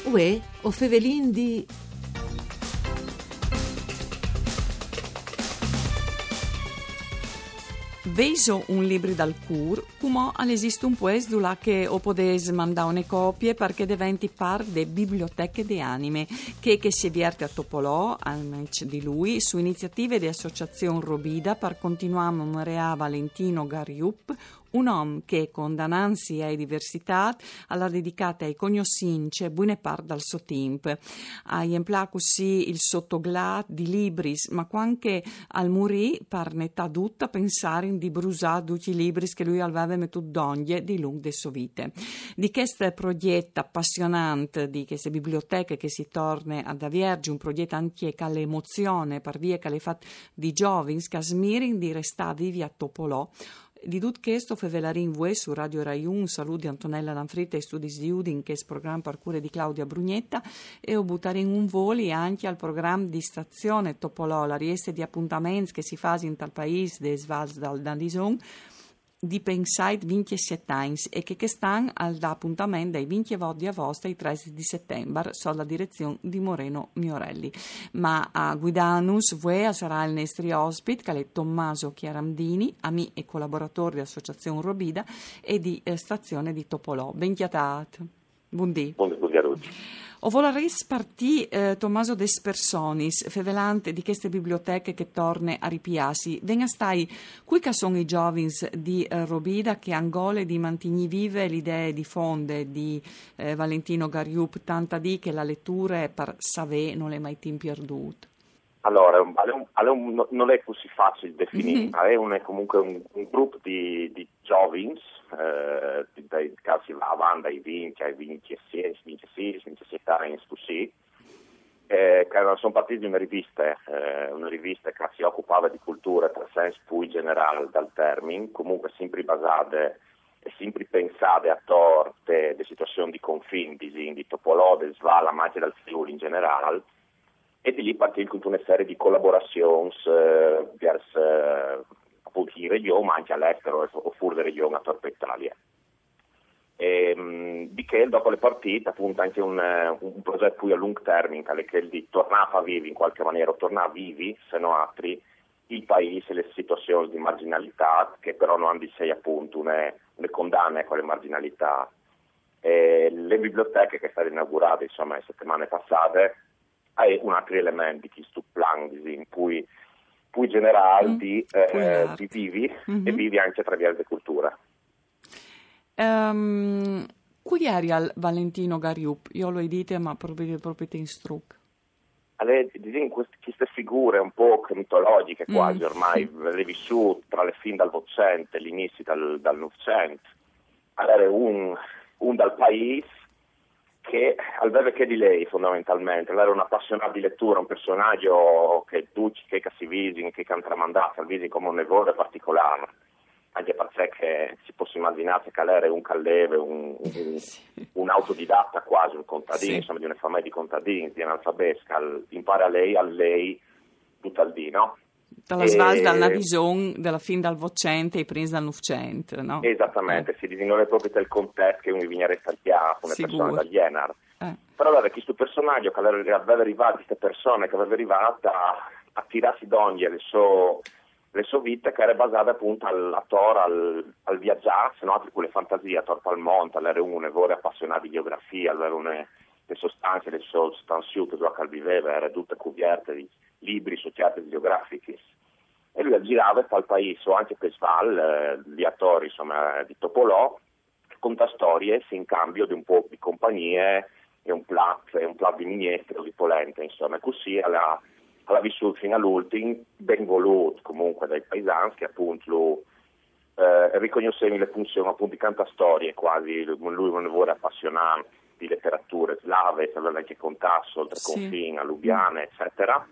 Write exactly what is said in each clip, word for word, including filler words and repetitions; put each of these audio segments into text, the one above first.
Uè, o fevelin di... Veiso un libro dal cur, come esiste un puesto là che o potete mandare une copie perché diventi par de biblioteche de anime, che, che si vierte a Topolò, al match di lui, su iniziative di Associazione Robida per continuare a memoria Valentino Gariup, un uomo che, con dananzi e diversità, alla dedicata ai cognoscince buone par dal suo tempo. Hai emplà così il sottoglat di libris, ma anche al morì par netà tutta pensare in di brusare tutti i libris che lui aveva mettuto d'oglie di lung de sue vite. Di questo progetto appassionante di queste biblioteche che si torna ad avvergi, un progetto anche che l'emozione per via che le fa di giovani che smirin di restare vivi a Topolò. Di tutto questo fevelarin voi su Radio Rai uno, saluti Antonella Lanfritta e studi di Udin, che è il programma per cure di Claudia Brugnetta, e ho buttato in un voli anche al programma di stazione Topolò, la richiesta di appuntamenti che si fa in tal paese de Svals dal Dandison, di Pensait ventisette anni e che, che stanno al da appuntamento dai venti di agosto ai tredici di settembre sotto la direzione di Moreno Miorelli. Ma a guidanus voi sarà il nostro ospite che è Tommaso Chiaramdini, amico e collaboratore dell'Associazione Robida e di eh, stazione di Topolò. Ben chiatat. Buondì. Buondì a tutti. O vorrei partire, eh, Tommaso des Personis, fevelante di queste biblioteche che torne a ripiasi. Venga stai, qui che sono i giovani di eh, Robida che Angole di mantigni vive l'idea di fonde di eh, Valentino Gariup, tanta di che la lettura è per savè non è mai tim perduto. Allora, è un, è un, non è così facile definire, mm-hmm. È, un, è comunque un, un gruppo di, di giovani, eh, dai casi va avanti ai venti, ai ventisei, ventisei, ventisette anni, così, eh, che sono partiti di una rivista, eh, una rivista che si occupava di cultura per senso più generale dal termine, comunque sempre basate e sempre pensate a torte delle situazioni di confine, di, di Topolò, del Svala, ma anche dal Friuli in generale. E di lì partì tutta una serie di collaborazioni eh, verso eh, appunto in regione, ma anche all'estero o fuori da regione a Torpe Italia. E, mh, di che dopo le partite appunto anche un, un progetto più a lungo termine, che è di tornare a vivi in qualche maniera, o tornare vivi, se no altri, il paese e le situazioni di marginalità, che però non hanno di sé appunto une, une condanne con le marginalità. E le biblioteche che sono inaugurate insomma le settimane passate è un altro elemento di questo plan in cui più generale mm, di, eh, di vivi mm-hmm. e vivi anche attraverso la cultura. Um, qui eri al Valentino Gariup, io lo dite ma proprio, proprio in struc. Allora, queste figure un po' mitologiche quasi mm. ormai, le vissute tra le fin dal Ottocento e l'inizio dal, dal Novecento, allora un, un dal paese che aveva che di lei fondamentalmente, lei era un appassionato di lettura, un personaggio che tutti che si visi, che ha tramandato, al visi come un errore particolare, anche perché si può immaginare che lei era un calleve, un, un, un autodidatta quasi, un contadino, sì. Insomma di una famiglia di contadini, di analfabesca, impara lei a lei tutto al dì, no? Dalla svalda dalla visione della fin dal Vocente e presa dal Novecento, no? Esattamente, eh. Si disinole proprio del contesto che uno viene restagliato, una Sicuro. persona dall'Ienar. Eh. Però aveva questo personaggio che aveva arrivato, queste persone che aveva arrivato a, a tirarsi d'ogni le sue le sue vite, che era basata appunto al, a Tor, al, al viaggiare, se no altri con le fantasie, a Tor Palmonte, all'era uno, vore appassionato di geografia, all'era une, le sostanze, le sostanze che lui viveva, era tutte coperte di libri su teatri geografici. E lui girava al paese, o anche per Sval, eh, gli attori insomma, di Topolò, conta storie in cambio di un po' di compagnie e un plat, e un plat di minestre o di polenta, insomma, così alla, alla vissuta fino all'ultimo, ben voluto comunque dai paesani che appunto lo eh, riconoscevano le funzioni appunto di cantastorie quasi, lui non vuole appassionato di letterature slave, aveva anche contasso oltre sì. confine, a Lubiana, eccetera.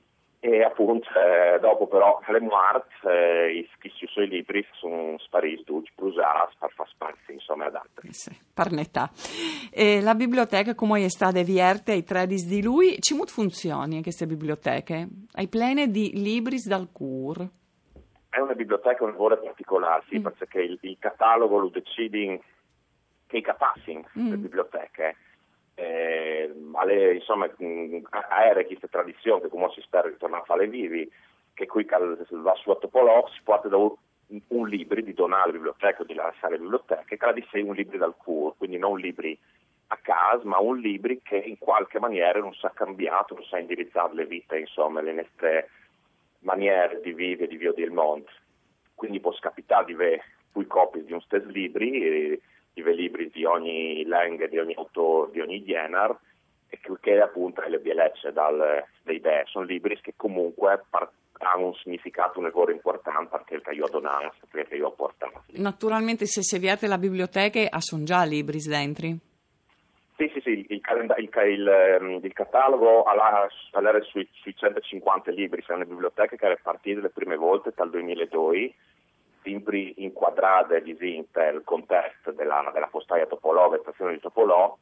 E appunto eh, dopo però le morte eh, i, i suoi libri sono spariti tutti, brusati per far spazio insomma ad altri. Eh sì, parnetà. E la biblioteca come è stata vierte ai tredici di lui, ci mut funzioni queste biblioteche? Hai plene di libri dal cur? È una biblioteca un lavoro particolare, sì, mm. perché il, il catalogo lo decidi che i capassi mm. le biblioteche. Eh, alle, insomma, aeree questa tradizione che come si spera ritornare a fare vivi, che qui va su a Topolò si porta da un, un libro di donare alla biblioteca o di lasciare alle biblioteche, che di sé un libro dal cuore, quindi non libri a casa, ma un libro che in qualche maniera non si è cambiato, non si è indirizzato le vite, insomma, le nostre maniere di vivere e di vivere il mondo. Quindi può capitare di avere più copie di un stesso libro, di avere libri di ogni lingua, di ogni autore, di ogni genere, e che appunto le bellezze dalle idee. Sono libri che comunque par- hanno un significato, un lavoro importante perché che io ho donato, perché io ho portato. Naturalmente se seguiate la biblioteca sono già libri dentro. Sì, sì, sì, il, calenda- il, il, il catalogo all'era sui, sui centocinquanta libri, c'è una biblioteca che è partita le prime volte dal duemiladue, sempre inquadrate nel contesto della, della postaia Topolò, della stazione di Topolò,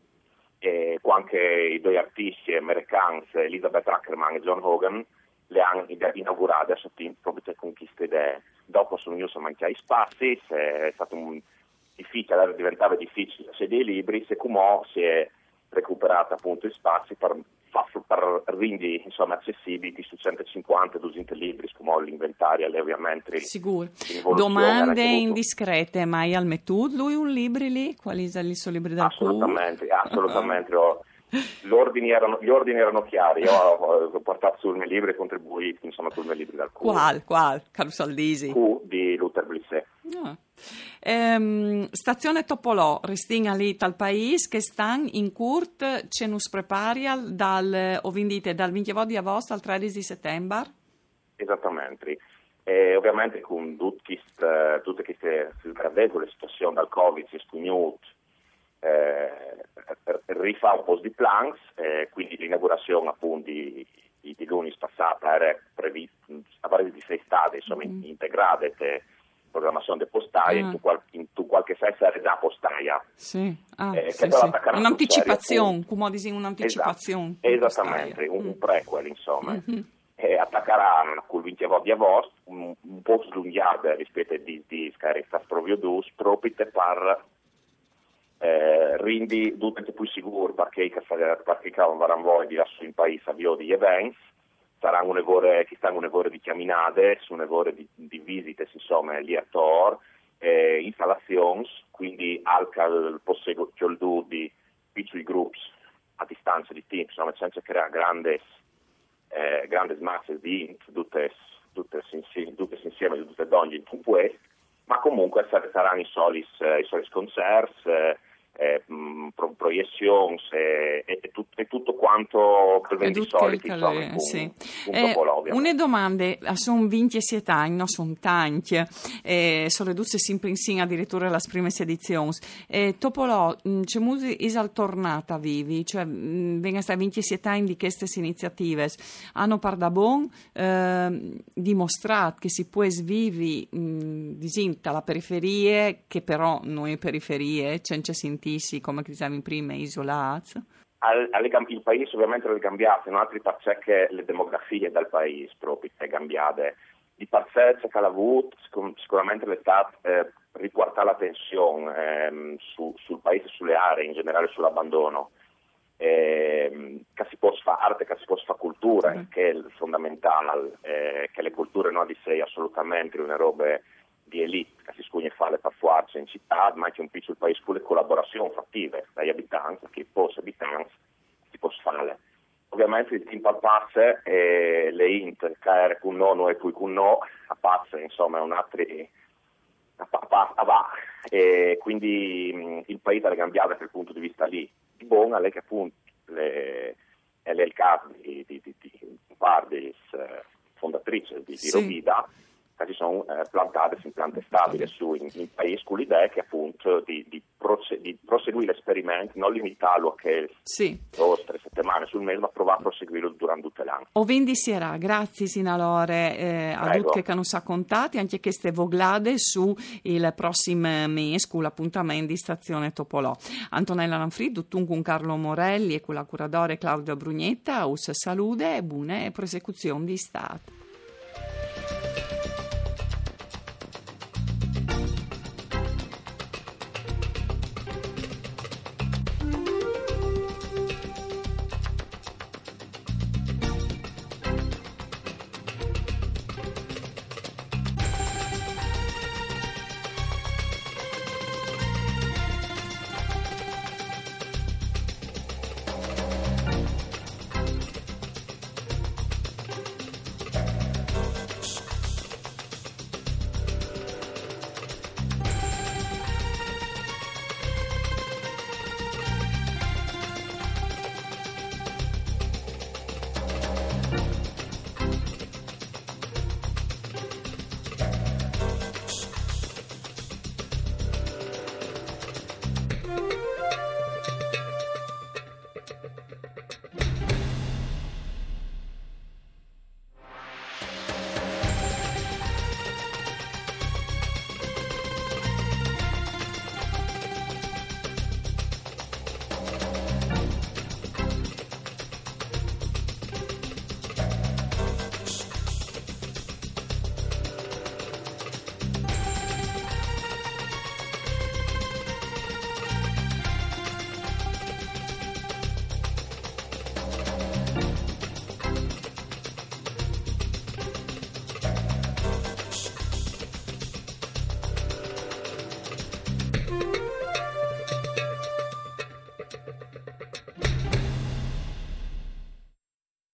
e anche i due artisti americani, Elizabeth Ackerman e John Hogan, le hanno inaugurate proprio con queste idee. Dopo sono venuti a mancare spazi, è stato un difficile, diventava difficile sedere i libri, se come si è recuperata appunto i spazi per, per rendere insomma accessibili su centocinquanta duecento libri, come l'inventario alle ovviamente. Sicuro. Domande indiscrete, ma hai al mettuto lui un libro lì? Quali sono i suoi libri da Assolutamente, cu? assolutamente. Uh-huh. Gli ordini erano, gli ordini erano chiari, io ho, ho portato sul mio libro e contribuito insomma sul mio libro dal Q. Qual? Qual? Carusaldisi? Q di Luther Blissé. No. Ehm, stazione Topolò, restinga lì tal paese che stanno in curt ce nus preparial dal, o vendite dal ventidue di agosto al tredici di settembre? Esattamente. E ovviamente con tutte queste gradevoli situazioni dal Covid si è spugnuto eh, rifà un po' di plans, eh, quindi l'inaugurazione appunto di, di, di lunedì passata era prevista a parere di sei state insomma mm. integrate te programmazione di postaie, ah. in, tu qual, in tu qualche senso era già postaia. Sì, ah, eh, sì, sì. Un'anticipazione, come dici un'anticipazione. Esatto, esattamente, un, un prequel insomma. Mm-hmm. E attaccherà col ventidue di agosto un, un po' slunghiata rispetto a di di scaretta proprio dus, proprio per eh, rindi tutte più sicuro perché perché cavano varan voi di lassù in paese avvio di events. Saranno un'evore, che stanno un'evore di chiaminate, su un'evore di, di visite, insomma, lì a Tor, eh, installazioni, quindi anche il posseguo di piccoli gruppi a distanza di team, insomma, senza creare grandi eh, grandi masse di tutte, tutte, tutte insieme, tutte donne in un puesto, ma comunque saranno i solis, i solis concerti, eh, Eh, pro, proiezioni e, e, e, tut, e tutto quanto per venti soliti insomma, un, sì. un eh, una domanda sono ventisette anni non sono tanti eh, sono ridotte sempre in sin addirittura alle prime edizioni eh, Topolò c'è musica è tornata vivi cioè vengono stati ventisette anni di queste iniziative hanno par da bon eh, dimostrato che si può svivi disinta la periferia che però non è periferie senza sentire come diciamo prima isolati? Il paese ovviamente è cambiato, in altri parze che le demografie del paese proprio sono cambiate. Di parze che ha avuto sicuramente l'Estat eh, riporta l'attenzione eh, su, sul paese, sulle aree, in generale sull'abbandono. Eh, che si può fare arte, che si può fare cultura, mm. che è fondamentale, eh, che le culture non di sé assolutamente una roba di elite che si scugna fare per forza in città, ma c'è un piccolo paese con le collaborazioni fattive dagli abitanti, che post abitanti si può fare. Ovviamente il team passe e le int, che con no, no e poi con no, a passe, insomma, è un altro a va. E quindi mh, il paese è cambiato da quel punto di vista lì. Di buona è che appunto le, è il caso di, di, di, di, di Pardis, eh, fondatrice di, di sì. Rovida, che si sono eh, plantate in piante stabili su in, in paesi con l'idea che appunto di, di, proce- di proseguire l'esperimento, non limitarlo a che sì. due tre settimane sul mese, ma provare a proseguirlo durante tutto l'anno. O vendi sera, grazie Sinalore eh, a tutti che hanno contati anche queste voglade su il prossimo mese con l'appuntamento di Stazione Topolò. Antonella Lanfrid, con Carlo Morelli e con la curatore Claudio Brugnetta, us salude e buone prosecuzioni di Stato.